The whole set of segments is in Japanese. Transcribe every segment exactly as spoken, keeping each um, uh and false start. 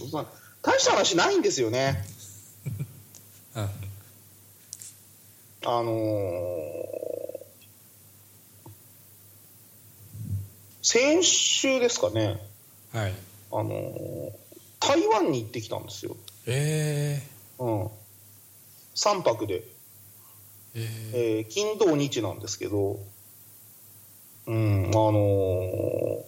そう大した話ないんですよね。 うん、あのー、先週ですかね、 はい、 あのー、台湾に行ってきたんですよ。 えーうん、さんぱくで、 ー、えーえー、金土日なんですけど、うん、あのー、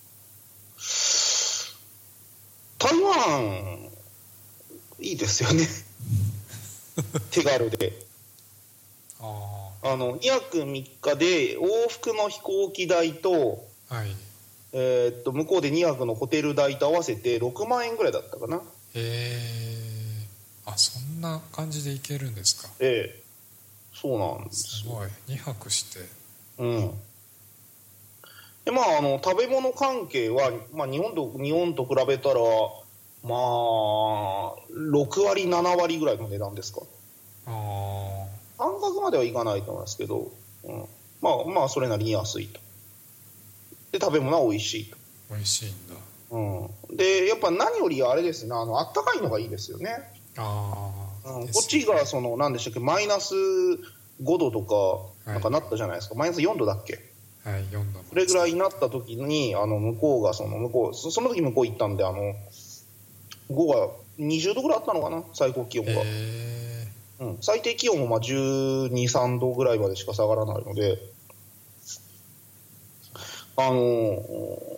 台湾いいですよね手軽で。 ああのにはくみっかで往復の飛行機代と、 はい、 えー、っと向こうでにはくのホテル代と合わせてろくまんえんぐらいだったかな。 えー、あ、そんな感じで行けるんですか。 ええ、そうなんですすごい、にはくして。 うんでまあ、あの食べ物関係は、まあ、日本と日本と比べたらまあろくわりななわりぐらいの値段ですか。 あ半額まではいかないと思いますけど、うん、まあまあそれなりに安いと。で食べ物は美味しいと。 あ、美味しいんだ。 うん、でやっぱ何よりあれですね、あのあったかいのがいいですよね。 ああ、 うん、 ですこっちがその何でしたっけ、マイナスごどとかなんかなったじゃないですか、はい、マイナスよんどだっけ、 はい、よんどそれぐらいになった時にあの向こうがその向こうその時向こう行ったんで、あの午後がにじゅうどぐらいあったのかな、最高気温が、 えーうん、最低気温もまあじゅうに、さんどぐらいまでしか下がらないので、あのー、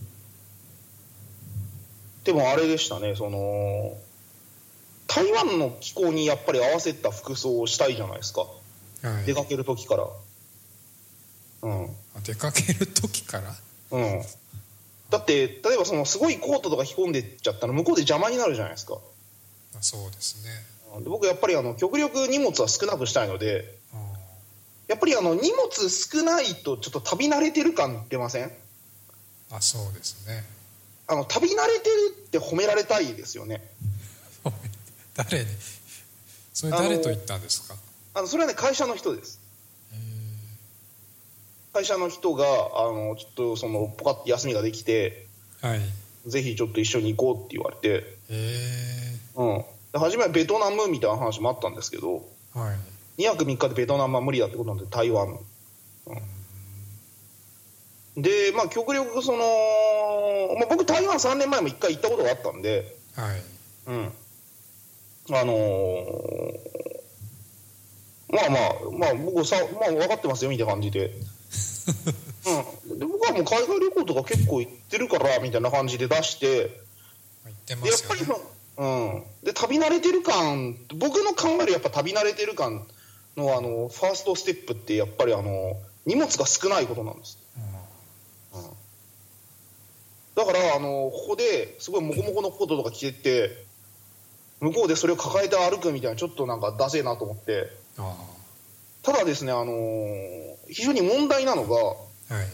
でもあれでしたね、その台湾の気候にやっぱり合わせた服装をしたいじゃないですか、はい、出かける時から、うん、 出かける時から、 うん、だって例えばそのすごいコートとか着込んでっちゃったら向こうで邪魔になるじゃないですか。 そうですね。 で僕やっぱりあの極力荷物は少なくしたいので、やっぱりあの荷物少ないとちょっと旅慣れてる感出ません？ あ、そうですね。 あの旅慣れてるって褒められたいですよね誰にそれ誰と言ったんですか？ あのそれはね、会社の人です。会社の人があのちょっとそのポカッと休みができて、はい、ぜひちょっと一緒に行こうって言われて、へー、うん、で初めはベトナムみたいな話もあったんですけど、はい、にはくみっかでベトナムは無理だってことなんで台湾、うん、でまあ極力その、まあ、僕台湾さんねんまえもいっかい行ったことがあったんで、はい、うん、あのー、まあまあまあ僕さ、まあ、分かってますよみたいな感じでうん、で僕はもう海外旅行とか結構行ってるからみたいな感じで出して行ってますよね。 でやっぱり、うん、で旅慣れてる感、僕の考えるやっぱ旅慣れてる感 の, あのファーストステップってやっぱりあの荷物が少ないことなんです、うんうん、だからあのここですごいモコモコのコートとか着てって向こうでそれを抱えて歩くみたいなちょっとなんかダセえなと思って、あただですね、あのー、非常に問題なのが、はい、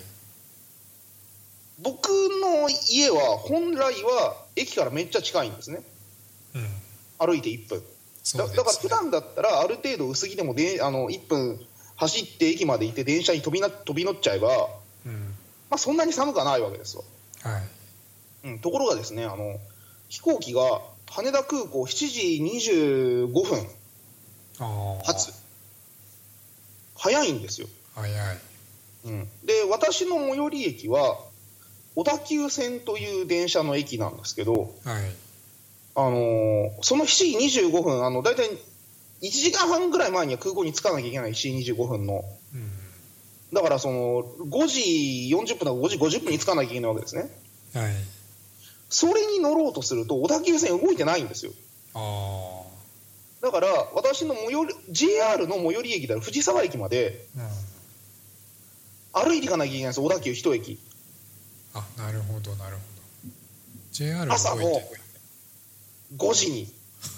僕の家は本来は駅からめっちゃ近いんですね、うん、歩いていっぷん、そうですね、だ, だから普段だったらある程度薄着でもであのいっぷん走って駅まで行って電車に飛びな飛び乗っちゃえば、うん、まあ、そんなに寒くはないわけですよ、はい、うん、ところがですね、あの飛行機が羽田空港しちじにじゅうごふん発、早いんですよ。早い、うん、で私の最寄り駅は小田急線という電車の駅なんですけど、はい、あのー、そのしちじにじゅうごふん、あのだいたいいちじかんはんぐらい前には空港に着かなきゃいけない、しちじにじゅうごふんの、うん、だからそのごじよんじゅっぷんとかごじごじゅっぷんに着かなきゃいけないわけですね、はい、それに乗ろうとすると小田急線動いてないんですよ。あだから私の最寄り ジェイアール の最寄り駅である藤沢駅まで歩いていかなきゃいけないんです、小田急一駅。 あ、なるほどなるほど。 ジェイアール朝のごじに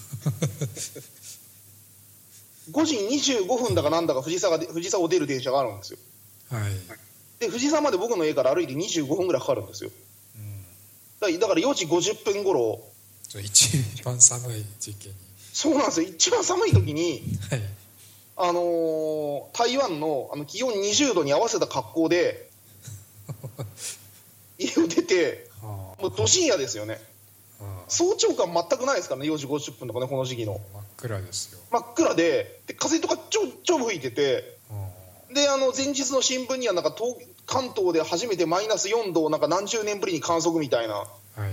ごじにじゅうごふんだかなんだか藤沢で藤沢を出る電車があるんですよ、はい、で藤沢まで僕の家から歩いてにじゅうごふんぐらいかかるんですよ、うん、だからよじごじゅっぷん頃、 一番寒い時期に、 そうなんですよ、一番寒い時に、はい、あのー、台湾 の, あの気温にじゅうどに合わせた格好で家を出て、もうど深夜ですよね。 早朝感全くないですからね。よじごじゅっぷんとかね、この時期の真っ暗ですよ。 真っ暗で、で風とか超超吹いてて、であの前日の新聞にはなんか東関東で初めてマイナスよんどをなんか何十年ぶりに観測みたいな、はい、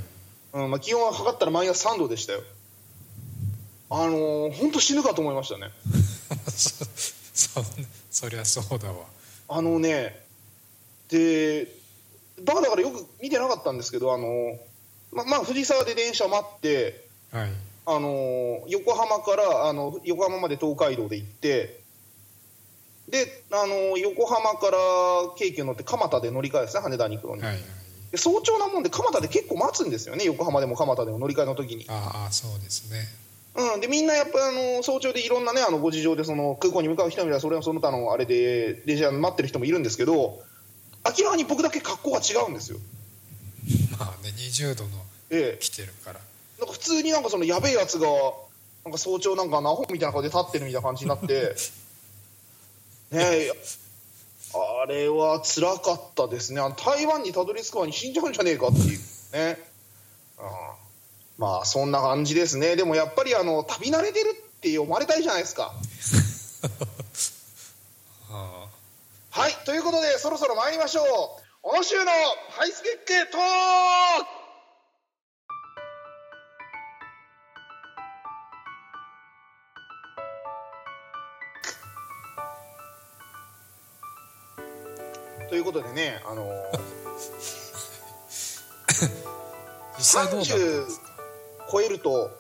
うんまあ、気温は測ったらマイナスさんどでしたよ。あのー、本当死ぬかと思いましたねそ, そ, そりゃそうだわ。 あのねでバカだからよく見てなかったんですけど、あのーままあ、藤沢で電車待って、はい、あの横浜からあの横浜まで東海道で行って、で、あの横浜から京急乗って蒲田で乗り換えですね、羽田に行くのに、はいはい、で早朝なもんで蒲田で結構待つんですよね、横浜でも蒲田でも乗り換えの時に。 ああそうですね、 うん、でみんなやっぱあの早朝でいろんなねあのご事情でその空港に向かう人もいれば、それはその他のあれで電車待ってる人もいるんですけど、明らかに僕だけ格好が違うんですよ。 まあね、にじゅうどの来てるから、ええ、なんか普通になんかそのやべえやつがなんか早朝なんかアホみたいな顔で立ってるみたいな感じになってねえ、あれは辛かったですね。あの台湾にたどり着く前に死んじゃうんじゃねえかっていうね。あまあそんな感じですね。でもやっぱりあの旅慣れてるって思われたいじゃないですかは, あ、はいということでそろそろ参りましょう。小野州のハイスペックトークということでね、あのー、 実際どうだったんですか。 さんじゅう超えると、はい、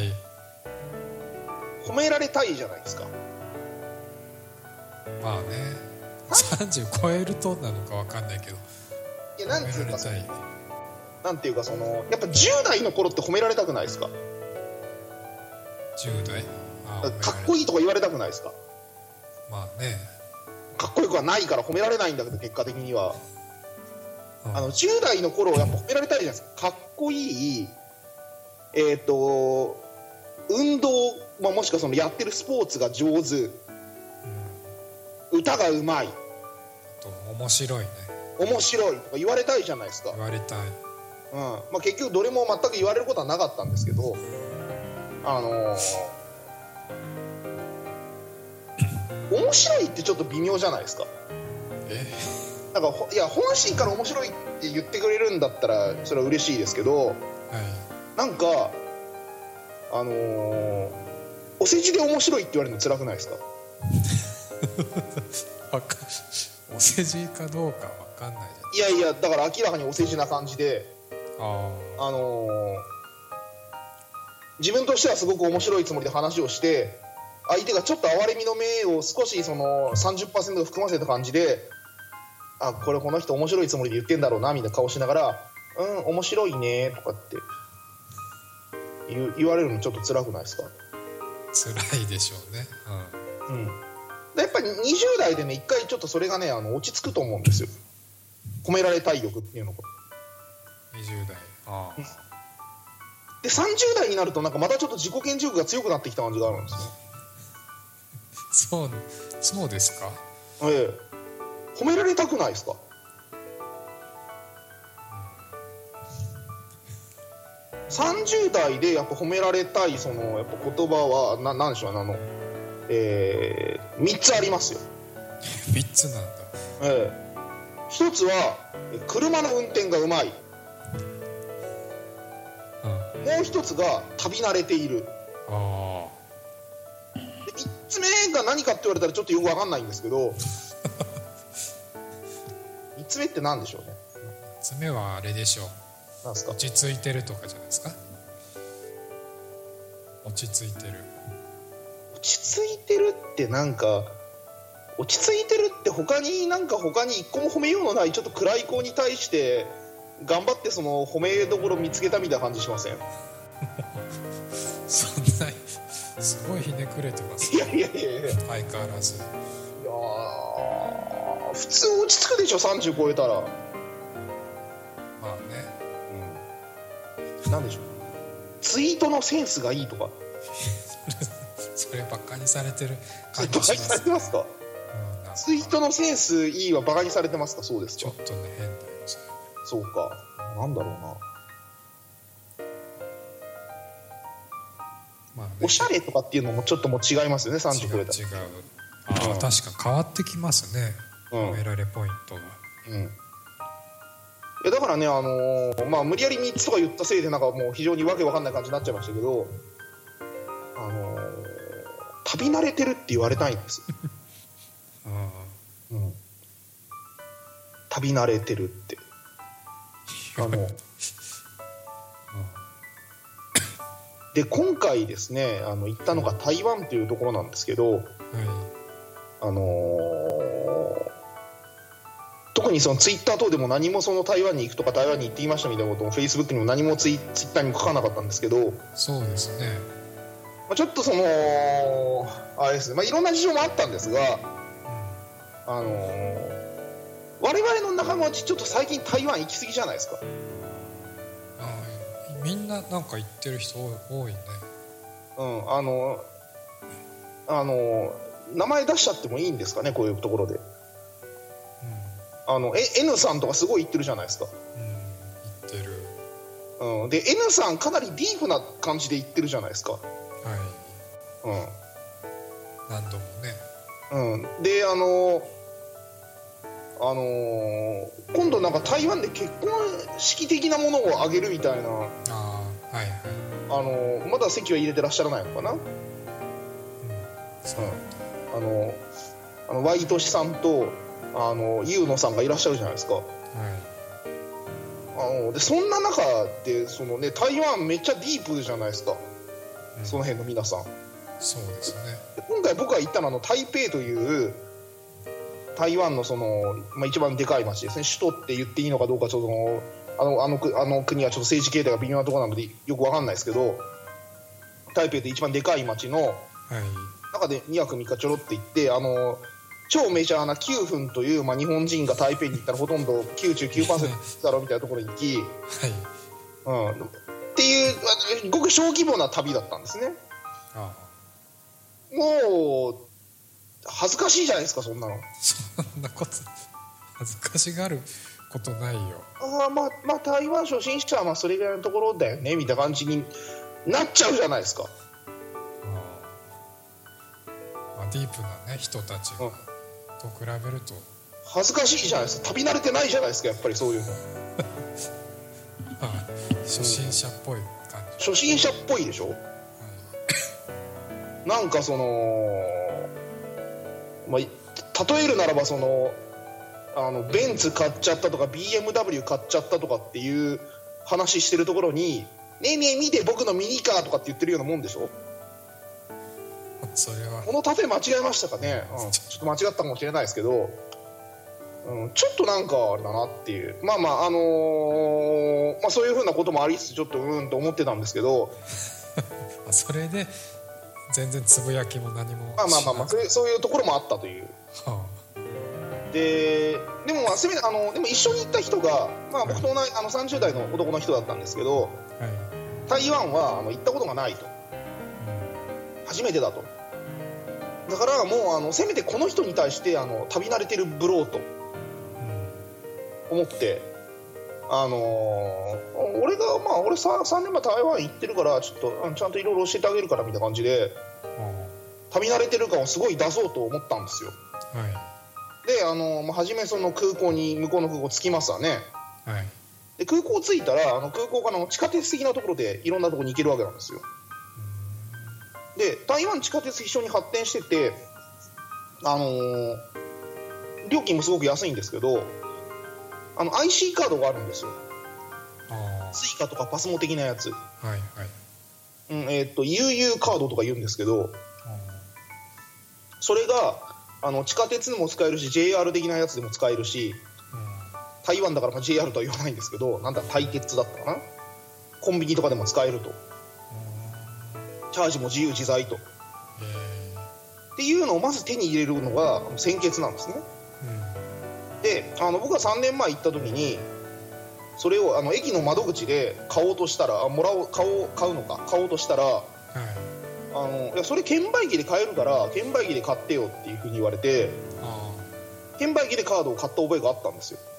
褒められたいじゃないですか。 まあね、さんじゅう超えるとなのか分かんないけど、 いやなんていうかそのなんていうかそのやっぱじゅう代の頃って褒められたくないですか。 じゅう代あかっこいいとか言われたくないですか。 まあね、 かっこよくはないから褒められないんだけど結果的には、うん、あのじゅう代の頃やっぱ褒められたいじゃないですか。かっこいい、えっと運動、まあ、もしくはそのやってるスポーツが上手、うん、歌がうまい、 あと面白いね、 面白いとか言われたいじゃないですか。 言われたい、 うんまあ、結局どれも全く言われることはなかったんですけど、あのー、面白いってちょっと微妙じゃないですか。えなんかいや本心から面白いって言ってくれるんだったらそれは嬉しいですけど、はい、なんかあのー、お世辞で面白いって言われるの辛くないですかお世辞かどうか分かんないじゃん。いやいやだから明らかにお世辞な感じで、あ、あのー、自分としてはすごく面白いつもりで話をして、相手がちょっと哀れみの目を少しその さんじゅっパーセント 含ませた感じで、あこれこの人面白いつもりで言ってんだろうなみたいな顔しながら、うん面白いねとかって言, 言われるのちょっと辛くないですか。 辛いでしょうね、 うん、うん、やっぱりにじゅう代でね一回ちょっとそれがねあの落ち着くと思うんですよ、褒められたい欲っていうのが。 にじゅう代、ああでさんじゅう代になるとなんかまたちょっと自己顕示欲が強くなってきた感じがあるんですね。 そうそうですか。 ええ褒められたくないですか。さんじゅう代でやっぱ褒められたいそのやっぱ言葉はななんでしょうね、あの、えー、みっつありますよ。 みっつなんだ。 ええひとつは車の運転がうまい、うん、もうひとつが旅慣れている。あでみっつめが何かって言われたらちょっとよく分かんないんですけどみっつめって何でしょうね。 みっつめはあれでしょう。 なんすか。 落ち着いてるとかじゃないですか。落ち着いてる落ち着いてるってなんか落ち着いてるって他になんか他に一個も褒めようのないちょっと暗い子に対して頑張ってその褒めどころ見つけたみたいな感じしませんそんなすごいひねくれてますね。 いやいやいやいや相変わらず。いや普通落ち着くでしょさんじゅう超えたら。まあね、 うん、なんでしょうツイートのセンスがいいとかそれバカにされてる感じしますね。 バカにされてますか、うん、ツイートのセンスいいはバカにされてますか。そうですか。 ちょっとね変だよ。 そうか、なんだろうな。 まあね、おしゃれとかっていうのもちょっともう違いますよね。さんじゅう超えたら違う違う。 あ、うん、確か変わってきますね、褒められポイントが。 うん、いやだからね、あのーまあ、無理やりみっつとか言ったせいでなんかもう非常にわけわかんない感じになっちゃいましたけど、あのー、旅慣れてるって言われたいんですあ、うん、旅慣れてるってあので今回ですね、あの行ったのが台湾というところなんですけど、はい、あのー、特にそのツイッター等でも何もその台湾に行くとか台湾に行ってきましたみたいなこともフェイスブックにも何もツイ、ツイッターにも書かなかったんですけど、 そうですね、 まあ、ちょっとそのあれですね、まあ、いろんな事情もあったんですが、うん、あのー、我々の仲間内ちょっと最近台湾行き過ぎじゃないですか。 みんななんか言ってる人多いね。 うん、あのあの名前出しちゃってもいいんですかね、こういうところで。うん、あの N さんとかすごい言ってるじゃないですか。うん、 言ってる。 うん、で N さんかなりディープな感じで言ってるじゃないですか。はい。 うん。何度もね。うん。であのあのー、今度なんか台湾で結婚式的なものをあげるみたいな、あ、はいはい、あのー、まだ籍は入れてらっしゃらないのかな、うん、そう、うん、あのあのワイトシさんとあのユーノさんがいらっしゃるじゃないですか、はい、あのでそんな中でその、ね、台湾めっちゃディープじゃないですか、うん、その辺の皆さん。 そうですね。 今回僕が行ったのはあの台北という台湾のその、まあ、一番でかい町ですね。首都って言っていいのかどうかちょっとあの、あの、あの国はちょっと政治形態が微妙なところなのでよく分かんないですけど、台北って一番でかい町の中でにはくみっかちょろって行って、あの超メジャーなきゅうふんという、まあ、日本人が台北に行ったらほとんど きゅうじゅうきゅうパーセント だろうみたいなところに行き、はい、うん、っていうごく小規模な旅だったんですね。ああ、もう恥ずかしいじゃないですか、そんなの。 そんなこと恥ずかしがることないよ。 ああ、まあまあ台湾初心者はまあそれぐらいのところだよねみたいな感じになっちゃうじゃないですか。ああ、まあ、ディープなね人たちが、うん、と比べると恥ずかしいじゃないですか。旅慣れてないじゃないですか、やっぱりそういうの。 ああ、初心者っぽい感じ。 初心者っぽいでしょ、うん、なんかそのまあ、例えるならばそのあのベンツ買っちゃったとか ビーエムダブリュー 買っちゃったとかっていう話してるところに「ねえねえ見て僕のミニカー」とかって言ってるようなもんでしょ。 それはこの例え間違えましたかね、うん、ちょっと間違ったかもしれないですけど、うん、ちょっとなんかあれだなっていう、まあまああのーまあ、そういうふうなこともありつつちょっとうんと思ってたんですけどそれで全然つぶやきも何もまあまあまあまあそういう、そういうところもあったという、はあ、ででもまあせめてあのでも一緒に行った人が、まあ、僕と同じ、はい、あのさんじゅう代の男の人だったんですけど、はい、台湾はあの行ったことがないと、うん、初めてだと。だからもうあのせめてこの人に対してあの旅慣れてるブローと思って、あのー、俺がまあ俺 3, さんねんまえ台湾行ってるからちょっとちゃんといろいろ教えてあげるからみたいな感じで、うん、旅慣れてる感をすごい出そうと思ったんですよ、はい、であのーまあ、初めその空港に向こうの空港着きますわね、はい、で空港着いたらあの空港からの地下鉄的なところでいろんなところに行けるわけなんですよ。で台湾地下鉄非常に発展してて、あのー、料金もすごく安いんですけど、あの アイシー カードがあるんですよ。あスイカとかパスモ的なやつ、はいはい、うん、えー、っと ユーユー カードとか言うんですけど、それがあの地下鉄でも使えるし ジェイアール 的なやつでも使えるし、台湾だから ジェイアール とは言わないんですけど、なんだ台鉄だったかな、コンビニとかでも使えると、チャージも自由自在と、っていうのをまず手に入れるのが先決なんですね、うん、であの僕がさんねんまえ行った時にそれをあの駅の窓口で買おうとしたら、あもらおう買おう買うのか買おうとしたら、はい、あのいやそれ券売機で買えるから券売機で買ってよっていうふうに言われて、あ券売機でカードを買った覚えがあったんですよ、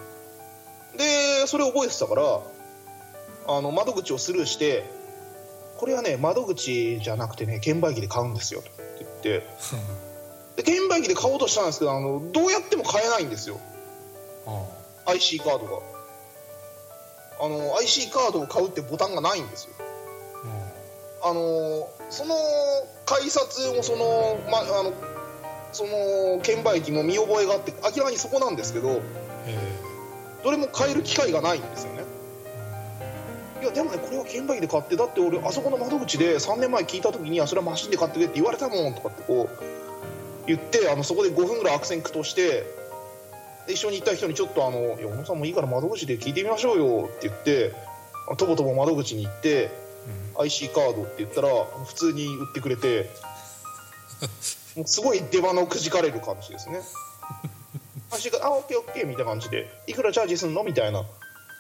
うん、でそれを覚えてたからあの窓口をスルーして、 これはね窓口じゃなくてね券売機で買うんですよって言ってで券売機で買おうとしたんですけどあのどうやっても買えないんですよ。アイシー カードがあの アイシー カードを買うってボタンがないんですよ。あのその改札もその、ま、あのその券売機も見覚えがあって明らかにそこなんですけどどれも買える機会がないんですよね。いやでもねこれは券売機で買ってだって俺あそこの窓口でさんねんまえ聞いた時にそれはマシンで買ってくれって言われたもんとかってこう言ってあのそこでごふんぐらい悪戦苦闘してで一緒に行った人にちょっとあのいや小野さんもいいから窓口で聞いてみましょうよって言ってとぼとぼ窓口に行って、うん、アイシー カードって言ったら普通に売ってくれてもうすごい出花をくじかれる感じですね。アイシー カードあオッケーオッケーみたいな感じでいくらチャージすんのみたいな。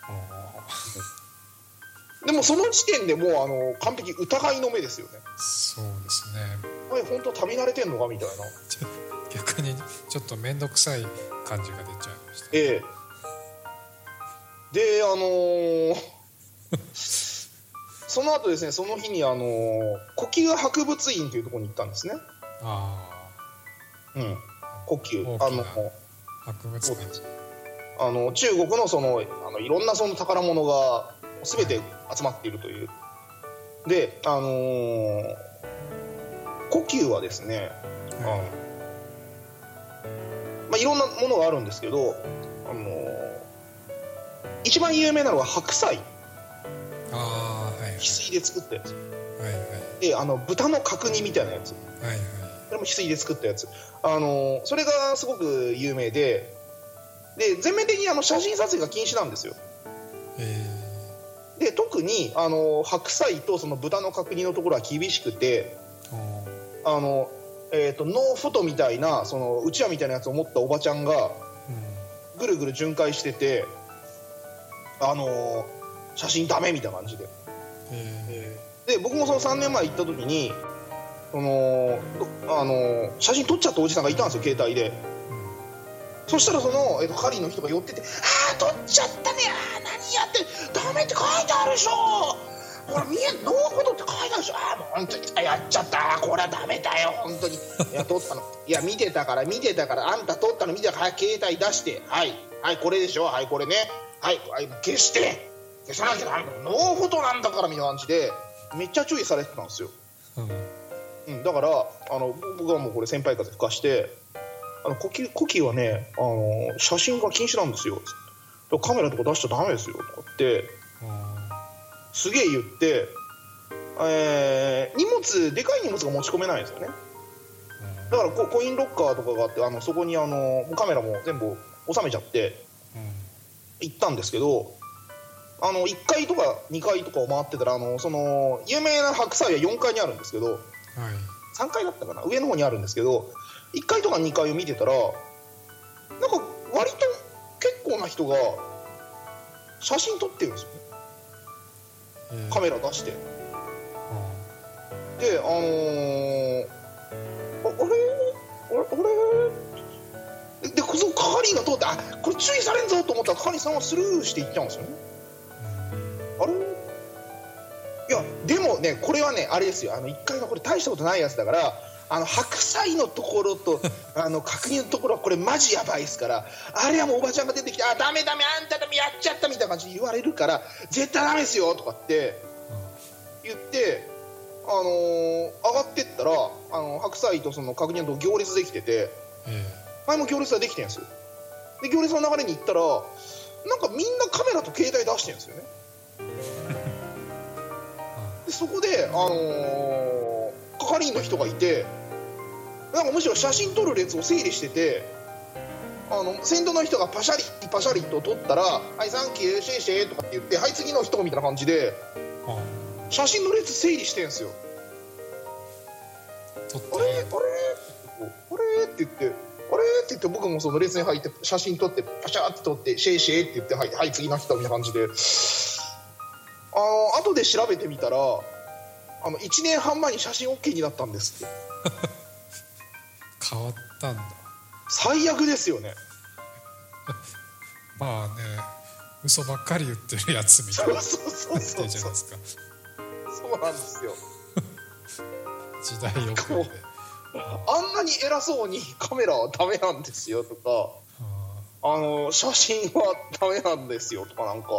でもその時点でもうあの完璧疑いの目ですよね。 そうですね。 お前本当旅慣れてんのかみたいな。 逆にちょっと面倒くさい感じが出ちゃいました。 ええ。であのー、その後ですねその日にあのー、呼吸博物院というところに行ったんですね。 ああ。うん。呼吸あの博物館。 あの中国のそのあのいろんなその宝物が全て集まっているというであのー、呼吸はですね、うんあのまあ、いろんなものがあるんですけど、あのー、一番有名なのが白菜あ、はいはい、 翡翠で作ったやつ、 はいはい、 であの豚の角煮みたいなやつ、 はいはい、 それも翡翠で作ったやつ、あのー、それがすごく有名でで全面的にあの写真撮影が禁止なんですよ。 へーで特にあの白菜とその豚の角煮のところは厳しくてあの、えー、とノーフォトみたいなそのうちわみたいなやつを持ったおばちゃんがぐるぐる巡回してて、あの写真ダメみたいな感じで、で僕もそのさんねんまえ行った時にそのあの写真撮っちゃったおじさんがいたんですよ携帯で。そしたらその、えー、と係の人が寄ってて「あー撮っちゃったねあー何やってダメって書いてあるでしょほら見えノーフォトって書いてあるでしょあーもう本当にやっちゃったこれはダメだよ本当にいや撮ったのいや見てたから見てたからあんた撮ったの見てたから携帯出してはいはいこれでしょはいこれねはい、はい、消して消さなきゃダメノーフォトなんだからみたいな感じでめっちゃ注意されてたんですよ、うんうん、だからあの僕はもうこれ先輩風吹かしてあの呼吸、呼吸はねあの写真が禁止なんですよカメラとか出しちゃダメですよとかってすげえ言って、えー、荷物でかい荷物が持ち込めないんですよね。だからコインロッカーとかがあってあのそこにあのカメラも全部収めちゃって行ったんですけどあのいっかいとかにかいとかを回ってたらあのその有名な白菜はよんかいにあるんですけど、はい、さんかいだったかな上の方にあるんですけどいっかいとかにかいを見てたらなんか割と結構な人が写真撮ってるんですよね、えー、カメラ出して、うん、であのー、あ, あれあれあれでその係が通ってあこれ注意されんぞと思ったら係さんはスルーしていっちゃうんですよね、うん、あれいやでもねこれはねあれですよあのいっかいのこれ大したことないやつだからあの白菜のところとあの角煮のところはこれマジやばいですからあれはもうおばちゃんが出てきてあダメダメあんたダメやっちゃったみたいな感じで言われるから絶対ダメですよとかって言ってあのー、上がってったらあの白菜とその角煮のとこ行列できてて前も行列ができてるんですよ。で行列の流れに行ったらなんかみんなカメラと携帯出してるんですよね。でそこであのー、係員の人がいてなんかむしろ写真撮る列を整理しててあの先頭の人がパシャリパシャリと撮ったらはいサンキューシェイシェイとかって言ってはい次の人みたいな感じで写真の列整理してるんですよ。あれあれあれって言ってあれって言って僕もその列に入って写真撮ってパシャーって撮ってシェイシェイって言ってはい、はい、次の人みたいな感じであの後で調べてみたらあのいちねんはんまえに写真 OK になったんですって変わったんだ。 最悪ですよねまあね嘘ばっかり言ってるやつみたいな感じじゃないですか。 そそうなんですよ。 時代遅れであんなに偉そうにカメラはダメなんですよとか、あの写真はダメなんですよとか、なんか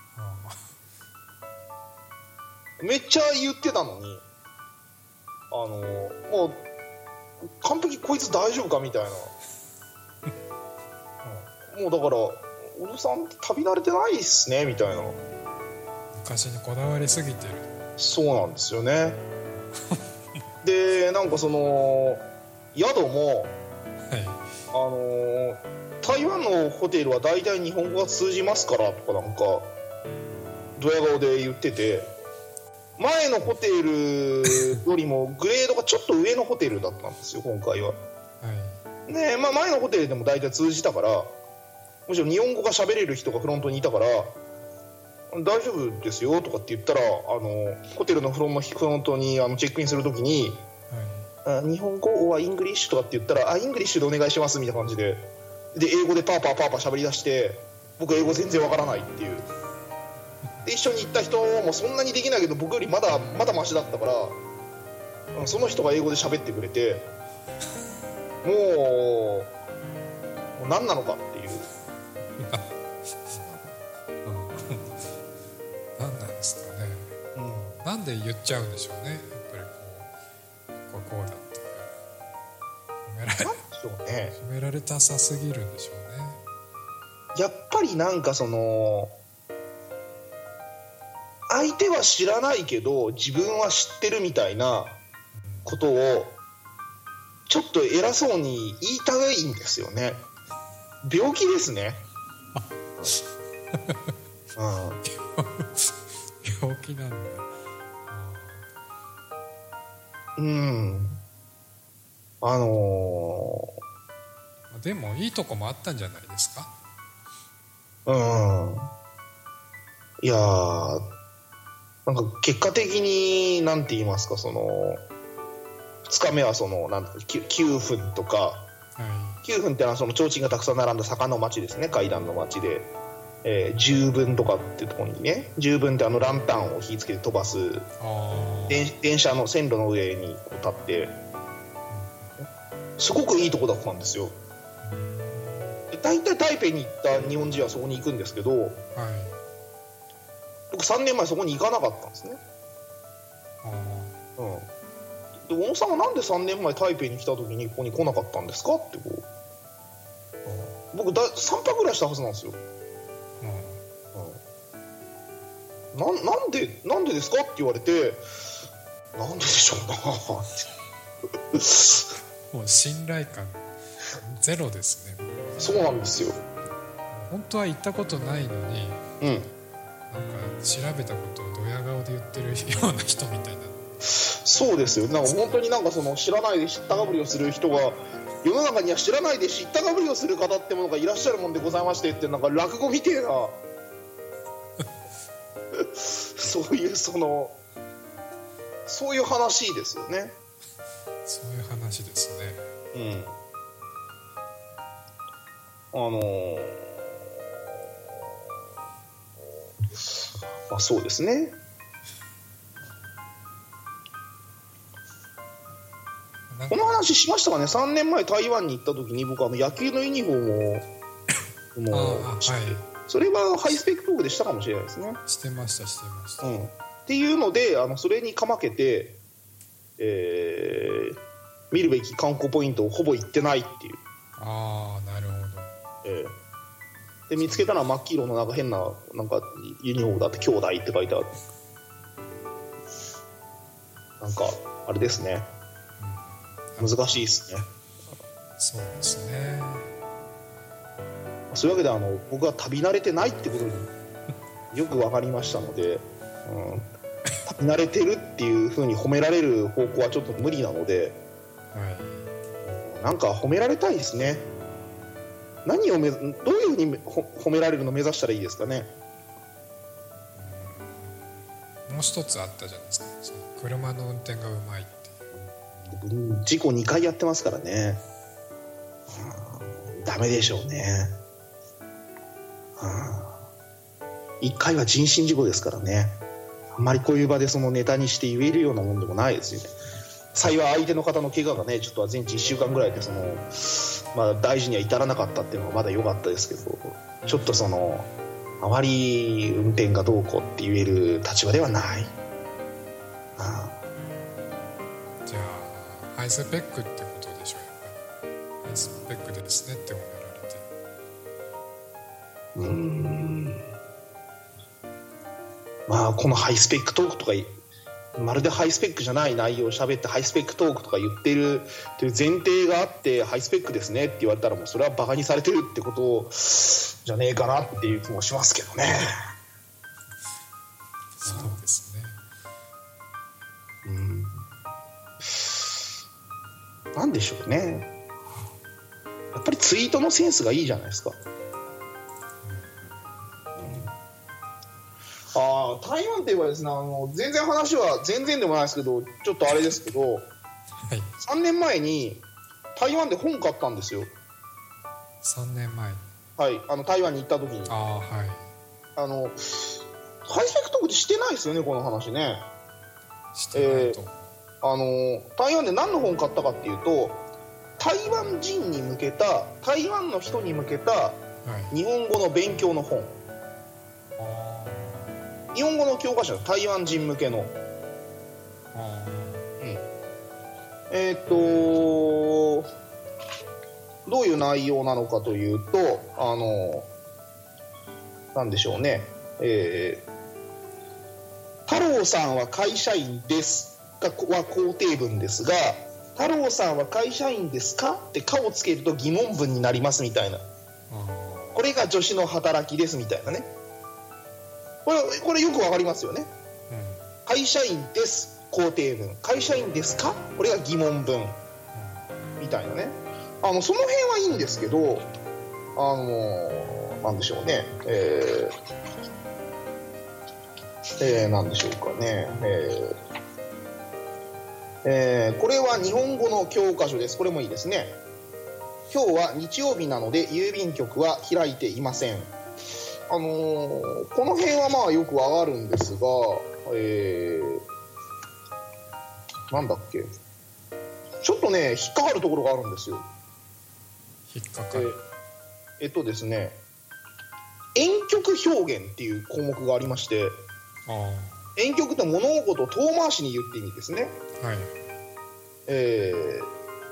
めっちゃ言ってたのに、あのもう完璧こいつ大丈夫かみたいなもうだから小野さん旅慣れてないっすねみたいな。 昔にこだわりすぎてる。 そうなんですよねでなんかその宿も、はい、あの台湾のホテルは大体日本語が通じますからとかなんかドヤ顔で言ってて、前のホテルよりもグレードがちょっと上のホテルだったんですよ今回は、はい。で、まあ、前のホテルでも大体通じたから、むしろ日本語が喋れる人がフロントにいたから大丈夫ですよとかって言ったら、あのホテルのフロンフロントにあのチェックインするときに、はい、あ日本語はイングリッシュとかって言ったら、あイングリッシュでお願いしますみたいな感じで、で英語でパーパーパーパー喋り出して、僕英語全然わからないっていう。で一緒に行った人もそんなにできないけど僕よりまだまだマシだったから、うん、その人が英語で喋ってくれて、もう、もう何なのかっていう何なんですかね、うん、なんで言っちゃうんでしょうね。やっぱりこうこうこうだって褒められ、ね、褒められたさすぎるんでしょうね。 やっぱりなんかその相手は知らないけど自分は知ってるみたいなことをちょっと偉そうに言いたいんですよね。病気ですねうん、病気なんだ。 うんあのー、でもいいとこもあったんじゃないですか。 うんいやーなんか結果的になんて言いますか、そのふつかめはそのなんかきゅうふんとか、はい、きゅうふんってのはその提灯がたくさん並んだ坂の町ですね、階段の町で、えー、じゅうぶんとかってとこにね、じゅうぶんってあのランタンを火つけて飛ばす電車の線路の上にこう立ってすごくいいとこだったんですよ。大体台北に行った日本人はそこに行くんですけど、はい、僕さんねんまえそこに行かなかったんですね。うんで小野さんはなんでさんねんまえ台北に来た時にここに来なかったんですかってこう、うん、僕ださんぱくぐらいしたはずなんですよ、うんうん、な, なんでなんでですかって言われて、なんででしょうなってもう信頼感ゼロですね。 そうなんですよ。 本当は行ったことないのに、うん、なんか調べたことをドヤ顔で言ってるような人みたいな。 そうですよ。なんか本当になんかその知らないで知ったかぶりをする人が世の中には知らないで知ったかぶりをする方ってものがいらっしゃるもんでございましてって、なんか落語みてえなそういうそのそういう話ですよね。 そういう話ですね。 うんあのー、まあそうですね。この話しましたかね。さんねんまえ台湾に行った時に僕あの野球のユニフォームをもうして、はい、それはハイスペックトークでしたかもしれないですね。 してましたしてました、 うん、っていうのであのそれにかまけて、えー、見るべき観光ポイントをほぼ行ってないっていう。 ああなるほど、 えー、で見つけたのは真っ黄色のなんか変ななんかユニフォームだって兄弟って書いてある。なんかあれですね、難しいですね。 そうですね。 そういうわけであの僕は旅慣れてないってことによく分かりましたので、うん、旅慣れてるっていう風に褒められる方向はちょっと無理なので、はい、なんか褒められたいですね。何をめどういう風に褒められるのを目指したらいいですかね。 もう一つあったじゃないですか、その車の運転がうまいって。 事故にかいやってますからね、うん、ダメでしょうね、うん、いっかいは人身事故ですからね、 あんまりこういう場でそのネタにして言えるようなもんでもないですよね。幸い相手の方の怪我がねちょっとは全治いっしゅうかんぐらいでその、まあ、大事には至らなかったっていうのがまだ良かったですけど、ちょっとそのあまり運転がどうこうって言える立場ではない。ああ、 じゃあハイスペックってことでしょう。やっぱりハイスペックですねって褒められて、 うーん、まあこのハイスペックトークとかまるでハイスペックじゃない内容を喋ってハイスペックトークとか言ってるという前提があってハイスペックですねって言われたらもうそれはバカにされてるってことじゃねえかなっていう気もしますけどね。 そうですね。 うん、なんでしょうね。やっぱりツイートのセンスがいいじゃないですか。ああ、台湾といえばですね、あの全然話は全然でもないですけどちょっとあれですけど、はい、さんねんまえに台湾で本買ったんですよ。 さんねんまえ、 はい、あの台湾に行った時に。 あ、はい、 あのハイスペックトークってしてないですよねこの話ね。 してないと、 えー、あの台湾で何の本買ったかっていうと台湾人に向けた台湾の人に向けた日本語の勉強の本、はい、日本語の教科書、台湾人向けの、うん、えー、っとどういう内容なのかというと、あのなんでしょうね、えー、太郎さんは会社員ですがは肯定文ですが、太郎さんは会社員ですかって「か」をつけると疑問文になりますみたいな、これが助詞の働きですみたいなね。これ、これよくわかりますよね、うん、会社員です肯定文、会社員ですかこれが疑問文、うん、みたいなね。あのその辺はいいんですけど、あのなんでしょうね、えーえー、なんでしょうかね、えーえー、これは日本語の教科書です。これもいいですね。今日は日曜日なので郵便局は開いていません。あのー、この辺はまあよくわかるんですが、えー、なんだっけ、ちょっとね引っかかるところがあるんですよ。 引っかかる、 えー、えっとですね婉曲表現っていう項目がありまして、あ婉曲って物事を遠回しに言って意味ですね。はい、えー、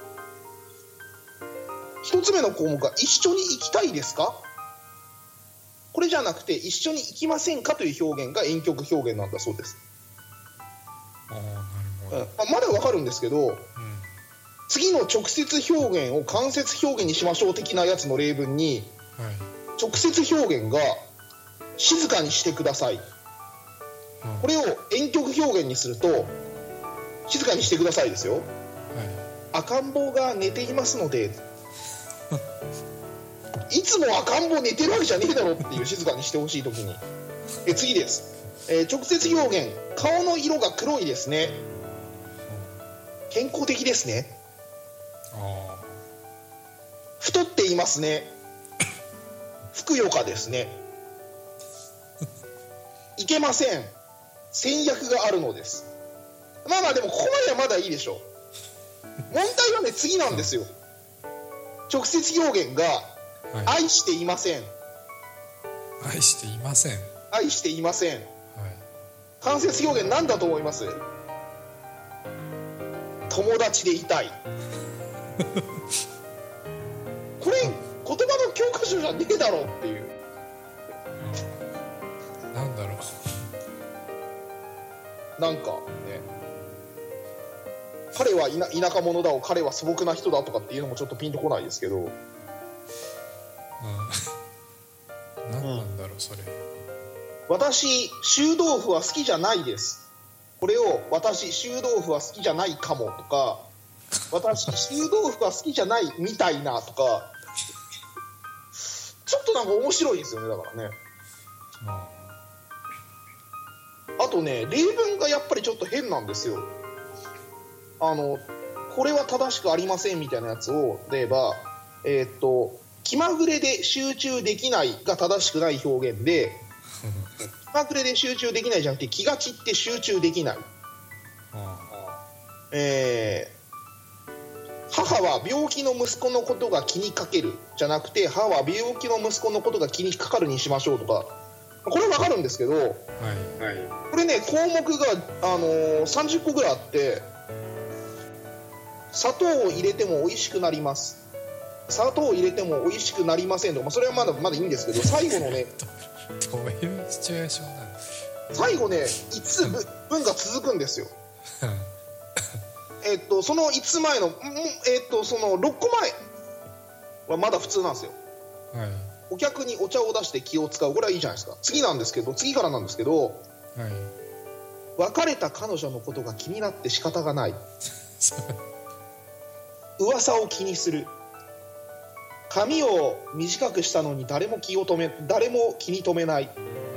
一つ目の項目が一緒に行きたいですか、これじゃなくて一緒に行きませんかという表現が婉曲表現なんだそうです。あ、なるほど、うん、まだわかるんですけど、うん、次の直接表現を間接表現にしましょう的なやつの例文に、はい、直接表現が静かにしてください、うん、これを婉曲表現にすると静かにしてくださいですよ、はい、赤ん坊が寝ていますのでいつも赤ん坊寝てるわけじゃねえだろっていう静かにしてほしい時に。え次です、えー、直接表現、顔の色が黒いですね、健康的ですね、あ太っていますねふくよかですねいけません、戦略があるのです。まあまあでもここまではまだいいでしょう。問題はね次なんですよ。直接表現が愛していません、 はい、愛していません愛していません、はい、間接表現なんだと思います？友達でいたいこれ言葉の教科書じゃねえだろっていう、 うん、なんだろうなんかね、彼は田舎者だを彼は素朴な人だとかっていうのもちょっとピンとこないですけど、 何なんだろうそれ。 私臭豆腐は好きじゃないです、これを私臭豆腐は好きじゃないかもとか私臭豆腐は好きじゃないみたいなとかちょっとなんか面白いですよね。だからね、あとね例文がやっぱりちょっと変なんですよ。あのこれは正しくありませんみたいなやつを例えばえー、っと気まぐれで集中できないが正しくない表現でまぐれで集中できないじゃなくて気が散って集中できない、ああえー、母は病気の息子のことが気にかけるじゃなくて母は病気の息子のことが気にかかるにしましょうとか、これ分かるんですけど、はいはい、これね項目が、あのー、さんじゅっこぐらいあって、砂糖を入れても美味しくなります、砂糖を入れても美味しくなりませんとか、まあ、それはまだまだいいんですけど、最後のねどういうシチュエーションなんですか。 最後ねいつつ文が続くんですよえっとそのいつつまえの、えっとそのろっこまえはまだ普通なんですよ、はい、お客にお茶を出して気を使う、これはいいじゃないですか。次なんですけど、次からなんですけど、はい、別れた彼女のことが気になって仕方がない噂を気にする、髪を短くしたのに誰も気を止め誰も気に留めない、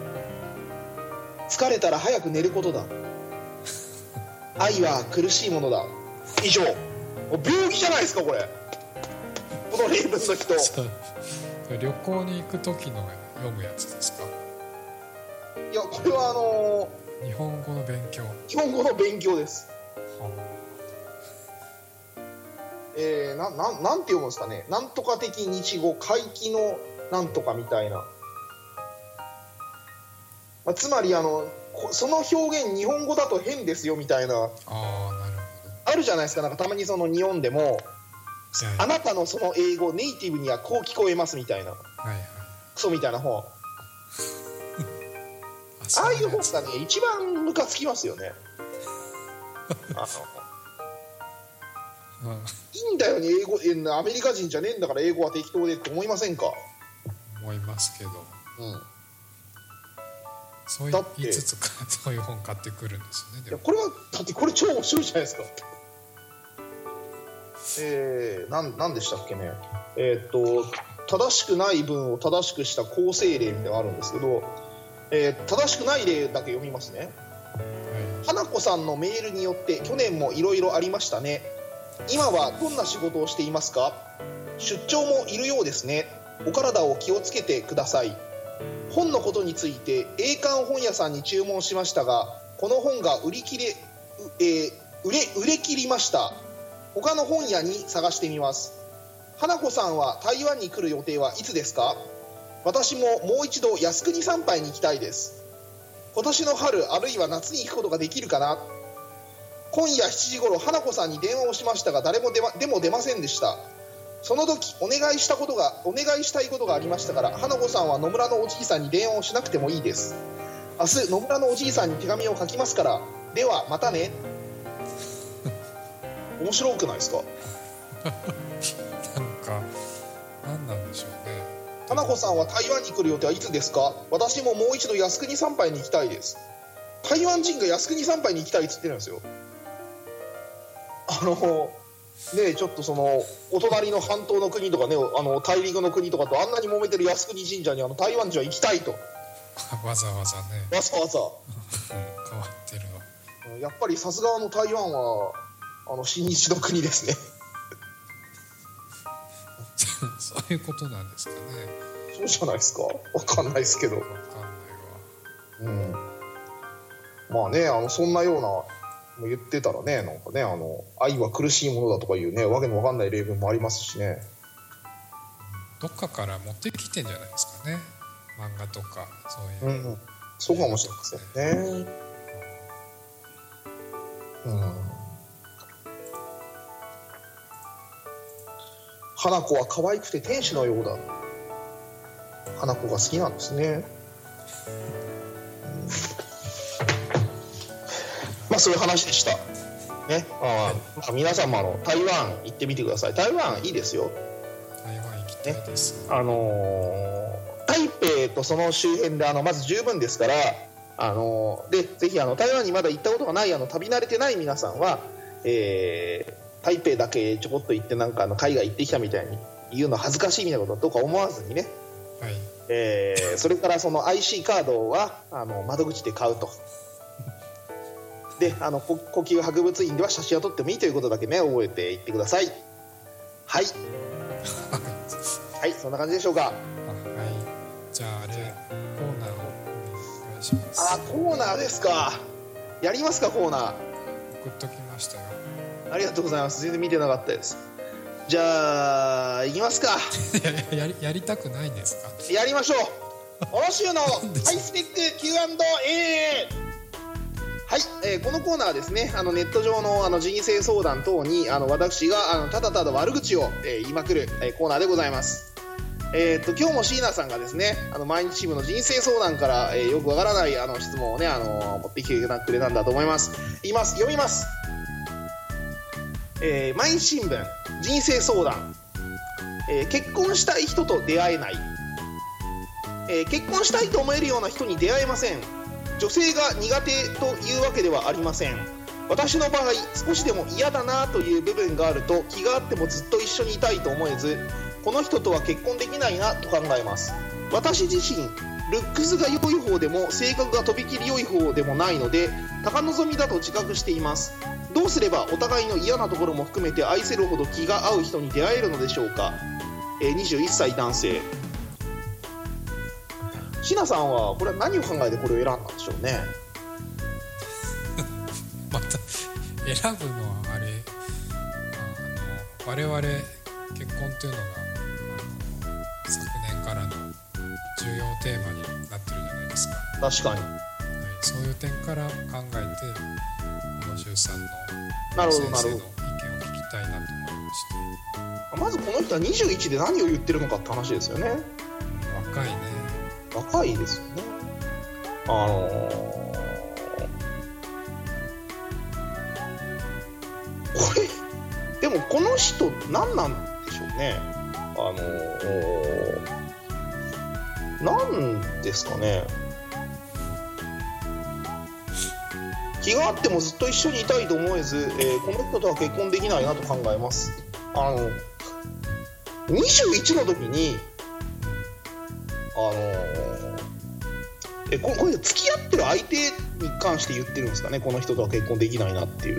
疲れたら早く寝ることだ愛は苦しいものだ。以上。病気じゃないですかこれ、この例文の人旅行に行く時の読むやつですか。 いやこれはあのー、日本語の勉強日本語の勉強です、はあえー、な, な, なんて読むんですかね。なんとか的日語回帰のなんとかみたいな、まあ、つまりあのその表現日本語だと変ですよみたいな、 あ, なるほどあるじゃないですか。なんかたまにその日本でも、はい、あなたのその英語ネイティブにはこう聞こえますみたいな、はいはい、クソみたいな本あ, ああいう本がね一番ムカつきますよねあのいいんだよね英語、アメリカ人じゃねえんだから英語は適当でって思いませんか。 思いますけど、うん、そう言いつつかそういう本買ってくるんですよね。でもいやこれはだってこれ超面白いじゃないですか。えー、なんなんでしたっけね。えー、っと正しくない文を正しくした構成例みたいなのがあるんですけど、えー、正しくない例だけ読みますね。はい、花子さんのメールによって去年もいろいろありましたね。今はどんな仕事をしていますか。出張もいるようですね。お体を気をつけてください。本のことについて英漢本屋さんに注文しましたが、この本が売り切れ、えー、売れ、売れ切りました。他の本屋に探してみます。花子さんは台湾に来る予定はいつですか。私ももう一度靖国参拝に行きたいです。今年の春あるいは夏に行くことができるかな。今夜しちじ頃花子さんに電話をしましたが誰も出ま、でも出ませんでした。その時お願いしたことがお願いしたいことがありましたから、花子さんは野村のおじいさんに電話をしなくてもいいです。明日野村のおじいさんに手紙を書きますから。ではまたね。面白くないですか。 なんか何なんでしょうね。 花子さんは台湾に来る予定はいつですか。私ももう一度靖国参拝に行きたいです。台湾人が靖国参拝に行きたいって言ってるんですよ。あのね、ちょっとそのお隣の半島の国とかね、あの大陸の国とかとあんなに揉めてる靖国神社にあの台湾人は行きたいとわざわざねわざわざ変わってるわ。 やっぱりさすがの台湾はあの親日の国ですねそういうことなんですかね。 そうじゃないですか。わかんないですけど。わかんないわ。うん。まあね、あのそんなような言ってたらね、なんかね、あの愛は苦しいものだとかいうね、わけのわかんない例文もありますしね。 どっかから持ってきてんじゃないですかね。漫画とかそういう。うん、 そうかもしれませんね。うん。花子は可愛くて天使のようだ。花子が好きなんですね。うん、まあそういう話でした。ね、ああ皆さんもあの台湾行ってみてください。台湾いいですよ。 台湾行きたいです。 ね、あのー、台北とその周辺であのまず十分ですから、あのー、でぜひあの台湾にまだ行ったことがないあの旅慣れてない皆さんは、えー台北だけちょこっと行ってなんかあの海外行ってきたみたいに言うの恥ずかしいみたいなことはどうか思わずにね、はい、えー、それからその アイシー カードはあの窓口で買うとであの呼吸博物院では写真を撮ってもいいということだけね覚えていってください。はいはい、そんな感じでしょうか。 あ、はい、じゃああれコーナーをお願いしします。 あ、コーナーですか。やりますか、コーナー。 送っときましたよ。 ありがとうございます。全然見てなかったです。じゃあ行きますか。 や, や, りやりたくないんですか。 やりましょう。欧州のハイスペック キューアンドエー。はい、えー、このコーナーはですね、あのネット上のあの人生相談等にあの私があのただただ悪口を、えー、言いまくる、えー、コーナーでございます。えー、と今日も椎名さんがですね、あの毎日新聞の人生相談から、えー、よくわからないあの質問をね、あの持ってきてくれたんだと思います。言います、読みます。えー、毎日新聞人生相談、えー、結婚したい人と出会えない、えー、結婚したいと思えるような人に出会えません。女性が苦手というわけではありません。私の場合、少しでも嫌だなという部分があると気があってもずっと一緒にいたいと思えず、この人とは結婚できないなと考えます。私自身ルックスが良い方でも性格がとびきり良い方でもないので、高望みだと自覚しています。どうすればお互いの嫌なところも含めて愛せるほど気が合う人に出会えるのでしょうか。えー、にじゅういっさい男性。椎名さんはこれは何を考えてこれを選んだんでしょうね。 また選ぶのはあれ、あの我々結婚というのがあの昨年からの重要テーマになってるじゃないですか。 確かに、はい、 そういう点から考えて小野修さんのなるほど先生の意見を聞きたいなと思いまして、まずこの人はにじゅういちで何を言ってるのかって話ですよね。 若いね。 若いですよね。あのー、これでもこの人何なんでしょうね。あのー、なんですかね。気があってもずっと一緒にいたいと思えず、えー、この人とは結婚できないなと考えます。あのにじゅういちの時にあのー、えここれ付き合ってる相手に関して言ってるんですかね。この人とは結婚できないなっていう。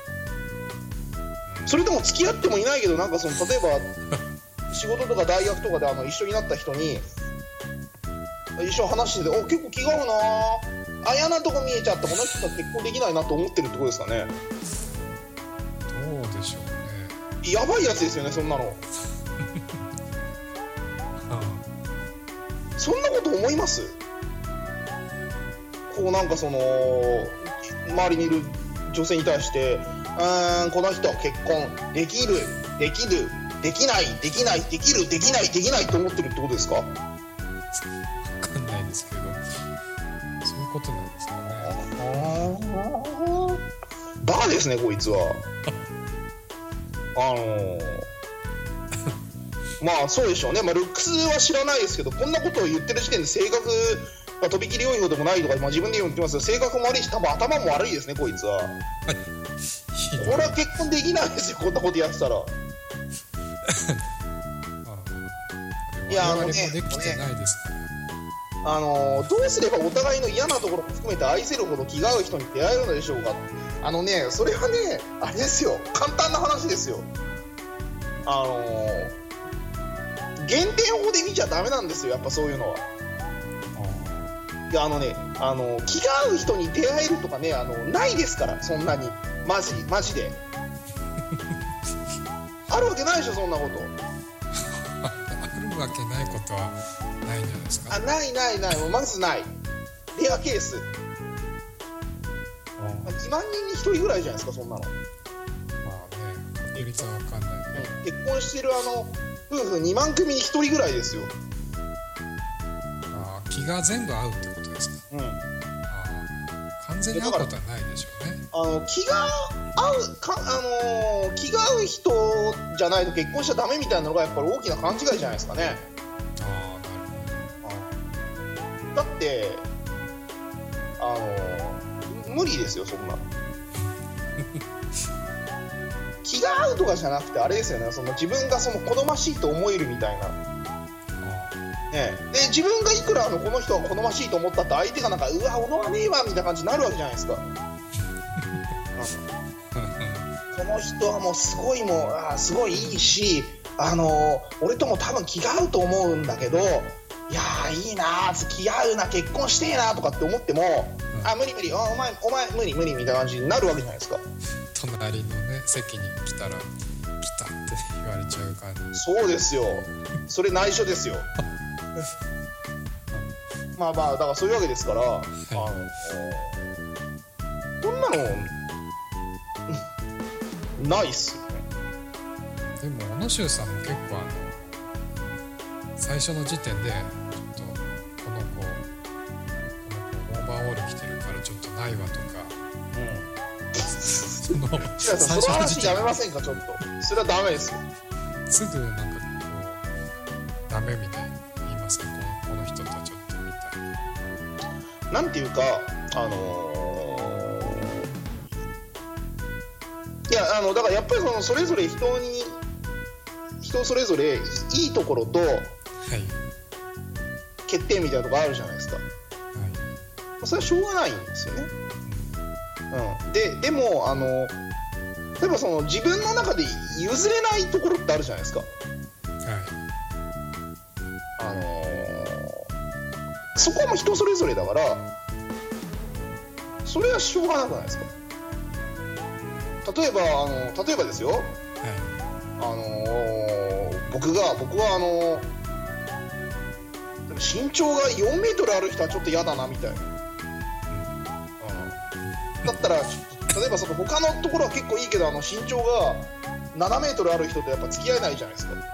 それとも付き合ってもいないけど、なんかその例えば仕事とか大学とかであの一緒になった人に一緒に話してて、お結構気が合うなあ、嫌なとこ見えちゃった、この人とは結婚できないなと思ってるってことですかね。 どうでしょうね。 やばいやつですよね、そんなの。そんなこと思います？こうなんかその周りにいる女性に対してうーんこの人結婚できるできるできないできないできるできないできないと思ってるってことですか？ 分かんないですけど、そういうことなんですかね。バカですねこいつは。あのーまあそうでしょうね。まあ、ルックスは知らないですけど、こんなことを言ってる時点で性格がとびきり良い方でもないとか、まあ、自分で言ってますけど、性格も悪いし多分頭も悪いですねこいつは。これは結婚できないですよ、こんなことやってたら。 いやあのね、できてないですから、 あのどうすればお互いの嫌なところも含めて愛せるほど気が合う人に出会えるのでしょうか。あのね、それはねあれですよ、簡単な話ですよ。あのー減点法で見ちゃダメなんですよ、やっぱそういうのは。いやあのね、あの気が合う人に出会えるとかね、あのないですから、そんなにマジマジであるわけないでしょ、そんなことあるわけないことはないんじゃないですか。 あ、ないないない、もうまずない。レアケース。にまんにんにひとりぐらいじゃないですか、そんなの。まあね、 確率は分かんないね。 結婚してるあの夫婦にまん組にひとりぐらいですよ。 あ、気が全部合うってことですか。うん、あ、完全に合うことはないでしょうね。 あの気が合うか、あのー、気が合う人じゃないと結婚しちゃダメみたいなのがやっぱり大きな勘違いじゃないですかね。 ああ、なるほど。だってあのー、無理ですよ、そんな気が合うとかじゃなくてあれですよね、その自分がその好ましいと思えるみたいな、ね、で自分がいくらあのこの人が好ましいと思ったって相手がなんかうわおのがねえわみたいな感じになるわけじゃないですかこの人はもうすごいもうあすごいいいし、あの俺とも多分気が合うと思うんだけどいやーいいなー付き合うな結婚してえなとかって思っても、うん、あ無理無理あお前お前無理無理みたいな感じになるわけじゃないですか。 隣のね席に来たら来たって言われちゃう感じ。 そうですよそれ内緒ですよまあまあだからそういうわけですから、はい、あのこんなのないっすよね。 でも小野修さんも結構あの最初の時点でちょっとこの子この子オーバーオール着てるからちょっとないわとか、 うん、そのその話やめませんかちょっと。それはダメですよ。 すぐなんかこうダメみたいに言いますね。この、この人とはちょっとみたいな。なんていうかあのー、いやあのだからやっぱりそのそれぞれ人に人それぞれいいところと、はい、欠点みたいなところあるじゃないですか、はい、それはしょうがないんですよね、うん、で, でもあの例えばその自分の中で譲れないところってあるじゃないですか、はい、あのー、そこはもう人それぞれだからそれはしょうがなくないですか。例えばあの例えばですよ、はい、あのー、僕が僕はあのー、身長がよんメートルある人はちょっと嫌だなみたいな、うん、だったら例えばその他のところは結構いいけどあの身長がななメートルある人とやっぱ付き合えないじゃないですか、うん、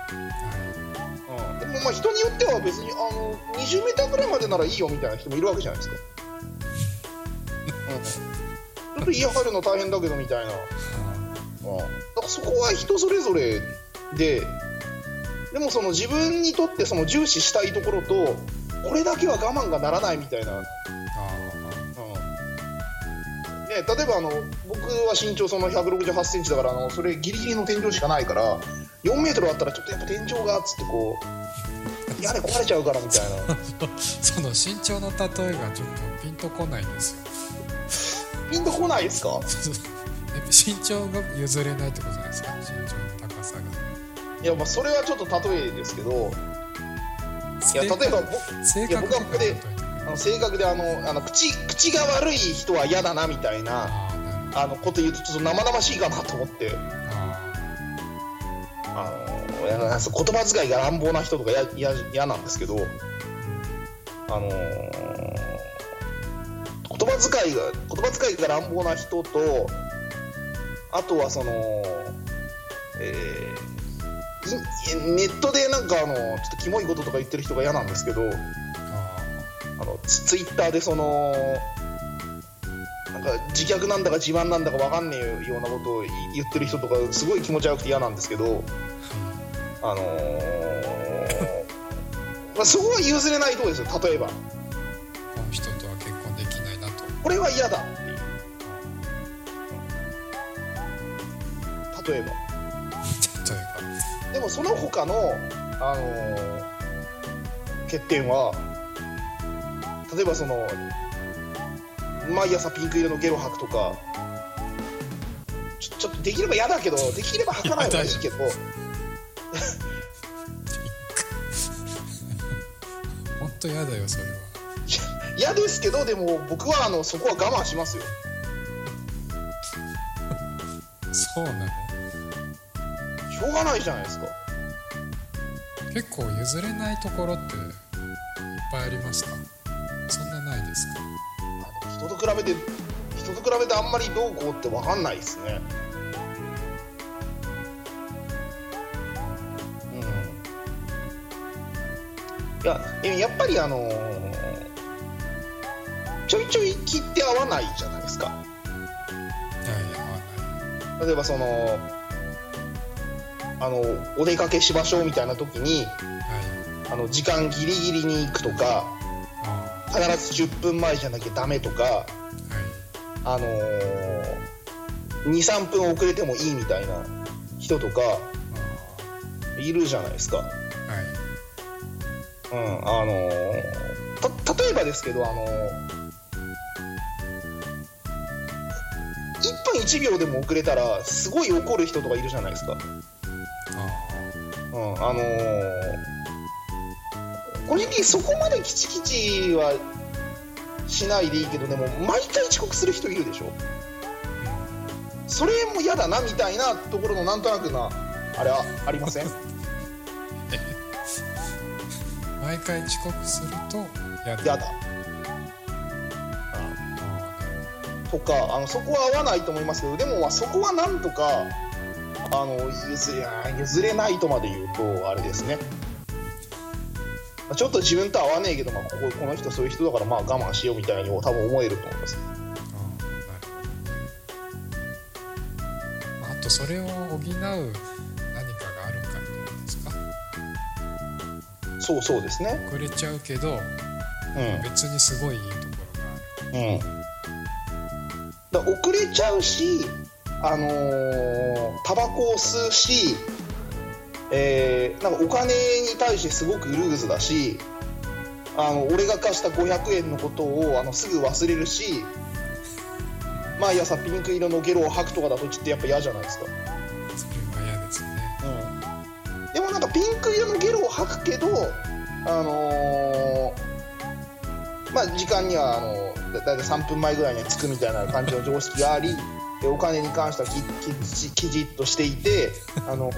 でもまあ人によっては別にあのにじゅうメーターぐらいまでならいいよみたいな人もいるわけじゃないですか、うん、ちょっと家入るの大変だけどみたいな、うん、だからそこは人それぞれで、でもその自分にとってその重視したいところとこれだけは我慢がならないみたいな、あ、うんね、例えばあの僕は身長そのひゃくろくじゅうはちセンチだからあのそれギリギリの天井しかないからよんメートルあったらちょっとやっぱ天井がっつってこう屋根壊れちゃうからみたいなその身長の例えがちょっとピンとこないんですよ。 ピンとこないですか身長が譲れないってことじゃないですか。身長の高さがいやまあそれはちょっと例えですけど、いや例えば僕は僕であの性格であのあの 口, 口が悪い人は嫌だなみたいなあのこと言うとちょっと生々しいかなと思って、あの言葉遣いが乱暴な人とか嫌なんですけど、あのー、言葉遣いが言葉遣いが乱暴な人とあとはその、えー、ネットでなんかあのちょっとキモいこととか言ってる人が嫌なんですけど、あのツイッターでそのなんか自虐なんだか自慢なんだか分かんねえようなことを言ってる人とかすごい気持ち悪くて嫌なんですけど、あのーまあ、そこは譲れないところですよ。例えばこの人とは結婚できないなと、 これは嫌だっていう、例えば例えばでもその他の、あのー、欠点は例えばその毎朝ピンク色のゲロ吐くとか ちょ, ちょっとできれば嫌だけどできれば吐かない方がいいけど本当嫌だよそれは。 嫌ですけどでも僕はあのそこは我慢しますよ。 そうなの？ しょうがないじゃないですか。 結構譲れないところっていっぱいありますか？そんなないですか？ 人と比べて人と比べてあんまりどうこうって分かんないですね。うん、いややっぱりあのー、ちょいちょい切って合わないじゃないですか。はい、例えばそのあのお出かけしましょうみたいな時に、はい、あの時間ギリギリに行くとか必ずじゅっぷんまえじゃなきゃダメとか、はい、あのー、にさんぷん遅れてもいいみたいな人とかいるじゃないですか。はい、うん、あのー、た例えばですけど、あのー、いっぷんいちびょうでも遅れたらすごい怒る人とかいるじゃないですか。あ、うん、あのー、 個人的にそこまでキチキチはしないでいいけど、でも毎回遅刻する人いるでしょ。それも嫌だなみたいなところのなんとなくなあれはありません？ 毎回遅刻すると嫌だ。 嫌だ。とかあのそこは合わないと思いますけど、でもまあそこはなんとかあの譲れ譲れないとまで言うとあれですね。ちょっと自分と合わねえけど、まあ、こここの人そういう人だからまあ我慢しようみたいに多分思えると思います。 あとそれを補う何かがあるかっていうんですか。 そうそうですね。 遅れちゃうけど、うん、別にすごいいいところがある。うんだ遅れちゃうし、あのー、タバコを吸うし、えー、なんかお金に対してすごくルーズだし、あの俺が貸したごひゃくえんのことをあのすぐ忘れるし、毎朝ピンク色のゲロを吐くとかだとちょっとやっぱ嫌じゃないですか。 それは嫌ですね、 うん、でもなんかピンク色のゲロを吐くけど、あのー、まあ時間にはあのだいたいさんぷんまえぐらいには着くみたいな感じの常識があり、お金に関してはきききちっとしていて、あの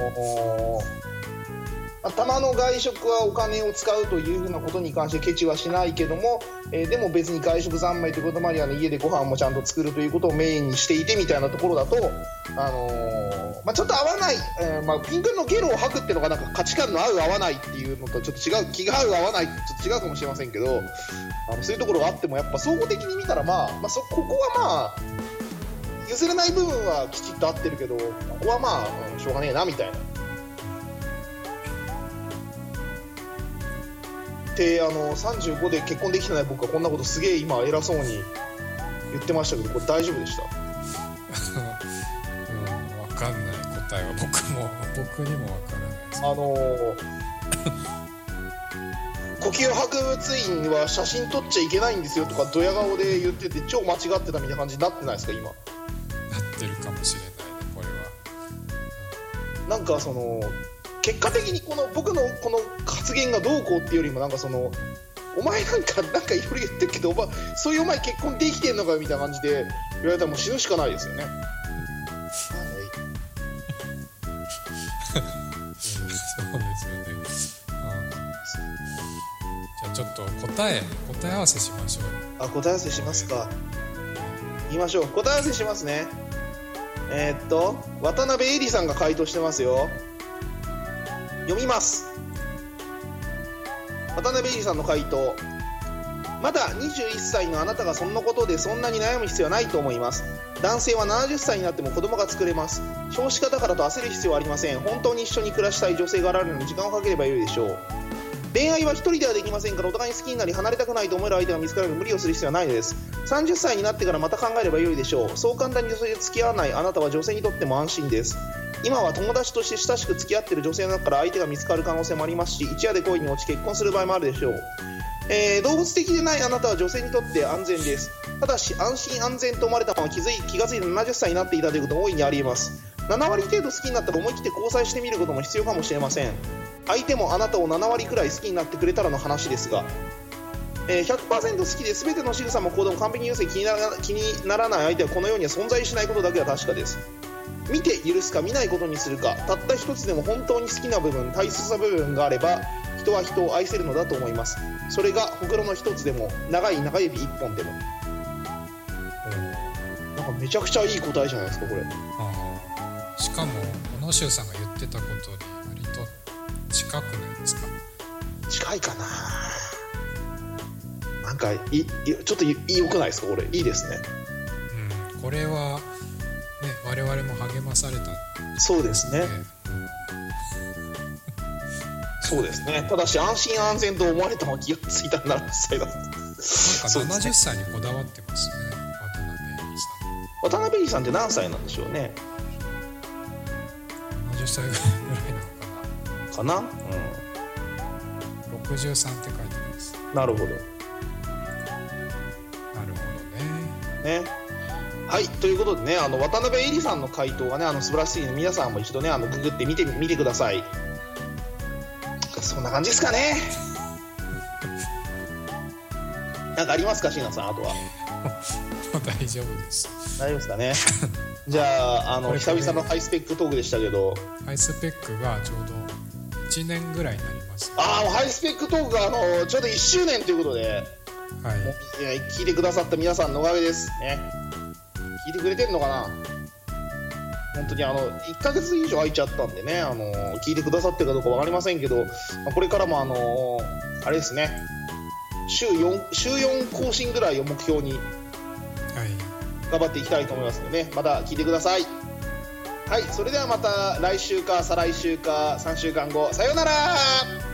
たまの外食はお金を使うというふうなことに関してケチはしないけども、えー、でも別に外食三昧ということもあり、あの家でご飯もちゃんと作るということをメインにしていてみたいなところだと、あのーまあ、ちょっと合わない、えーまあ、ピンクのゲロを吐くっていうのがなんか価値観の合う合わないっていうのとちょっと違う、気が合う合わないってちょっと違うかもしれませんけど、あのそういうところがあってもやっぱ総合的に見たら、まあまあ、そここはまあ譲れない部分はきちっと合ってるけど、ここはまあ、うん、しょうがねえなみたいな。であのさんじゅうごで結婚できてない僕はこんなことすげえ今偉そうに言ってましたけど、これ大丈夫でした？ うん、分かんない答えは僕も僕にも分からないです。 あの呼吸博物院は写真撮っちゃいけないんですよとかドヤ顔で言ってて超間違ってたみたいな感じになってないですか今？ なってるかもしれないねこれは。 なんかその結果的にこの僕のこの発言がどうこうっていうよりも、なんかそのお前なんかなんかいろいろ言ってるけど、お前そういうお前結婚できてんのかよみたいな感じで言われたらもう死ぬしかないですよね。 そうですよね。じゃあちょっと答え答え合わせしましょう。 あ、答え合わせしますか。言いましょう。答え合わせしますね。えー、っと渡辺恵里さんが回答してますよ。読みます。渡辺恵里さんの回答。まだにじゅういっさいのあなたがそんなことでそんなに悩む必要はないと思います。男性はななじゅっさいになっても子供が作れます。少子化だからと焦る必要はありません。本当に一緒に暮らしたい女性が現れるのに時間をかければよいでしょう。恋愛は一人ではできませんから、お互いに好きになり離れたくないと思える相手が見つからず無理をする必要はないのです。さんじゅっさいになってからまた考えればよいでしょう。そう簡単に女性で付き合わないあなたは女性にとっても安心です。今は友達として親しく付き合っている女性の中から相手が見つかる可能性もありますし、一夜で恋に落ち結婚する場合もあるでしょう。えー、動物的でないあなたは女性にとって安全です。ただし安心安全と思われたまま気づい気がついてななじゅっさいになっていたということも大いにありえます。ななわり程度好きになったら思い切って交際してみることも必要かもしれません。相手もあなたをななわりくらい好きになってくれたらの話ですが、えー、ひゃくパーセント 好きで全ての仕草も行動も完璧に許せ気になら、気にならない相手はこの世には存在しないことだけは確かです。見て許すか見ないことにするか、たった一つでも本当に好きな部分、大切な部分があれば人は人を愛せるのだと思います。それがほくろの一つでも長い中指一本でも。なんかめちゃくちゃいい答えじゃないですかこれ。 あ、しかも小野修さんが言ってたことに割と近くないですか？ 近いかな。なんかいいちょっと良くないですかこれ。いいですね。 うん、これはね、我々も励まされた、ね、 そうですね、そうですね。ただし安心安全と思われたまま気がついたななじゅっさいだった。なんかななじゅっさいにこだわってますね、渡辺恵里さん。 渡辺恵里さんって何歳なんでしょうね。 ななじゅっさいぐらいなのかな。 かな、うん、 ろくじゅうさんって書いてます。 なるほど。なるほどね。ね。はい、ということでね、あの渡辺恵里さんの回答がね、あの素晴らしいので、皆さんも一度ね、あのググってみてみてください。そんな感じですかね。 なんかありますか、椎名さん。あとは大丈夫です。 大丈夫ですかね。じゃあ、あの久々のハイスペックトークでしたけど、 ハイスペックがちょうどいちねんぐらいになります、ね、 ああ、ハイスペックトークがあのちょうどいっしゅうねんということで、はい、もう聞いてくださった皆さんのおかげですね。聞いてくれてんのかな。本当にあのいっかげつ以上空いちゃったんでね、あの聞いてくださってるかどうか分かりませんけど、これからもあのあれですね、週よん、週よん更新ぐらいを目標に頑張っていきたいと思いますのでね、また聞いてください。はい、それではまた来週か再来週かさんしゅうかんご、さようなら。